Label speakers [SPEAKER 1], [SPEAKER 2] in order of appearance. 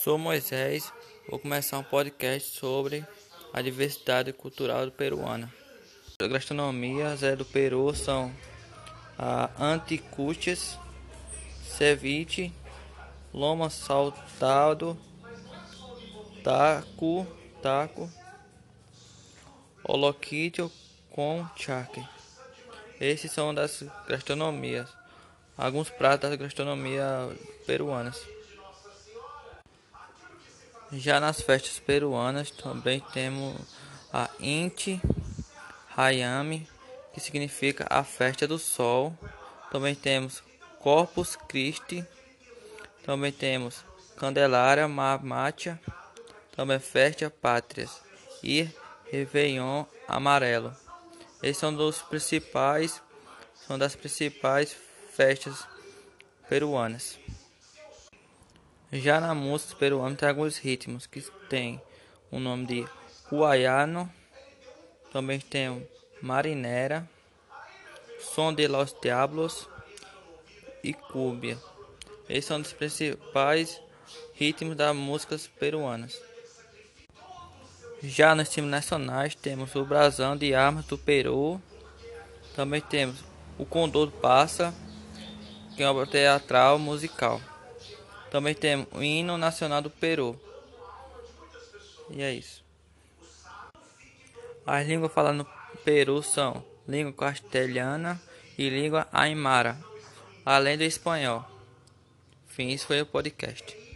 [SPEAKER 1] Sou Moisés, vou começar um podcast sobre a diversidade cultural peruana. As gastronomias do Peru são a anticuchas, ceviche, lomo saltado, taco, holoquito com charque. Esses são das gastronomias, alguns pratos das gastronomias peruanas. Já nas festas peruanas também temos a Inti Raymi, que significa a festa do sol. Também temos Corpus Christi. Também temos Candelária Mamacha. Também Festa Pátrias e Réveillon Amarelo. Esses são das principais festas peruanas. Já na música peruana tem alguns ritmos que tem o nome de Huayano, também tem Marinera, Son de los Diablos e Cúmbia. Esses são os principais ritmos das músicas peruanas. Já nos times nacionais temos o Brasão de Armas do Peru, também temos o Condor Passa, que é uma obra teatral musical. Também temos o Hino Nacional do Peru. E é isso. As línguas faladas no Peru são língua castelhana e língua aimara, além do espanhol. Fim, isso foi o podcast.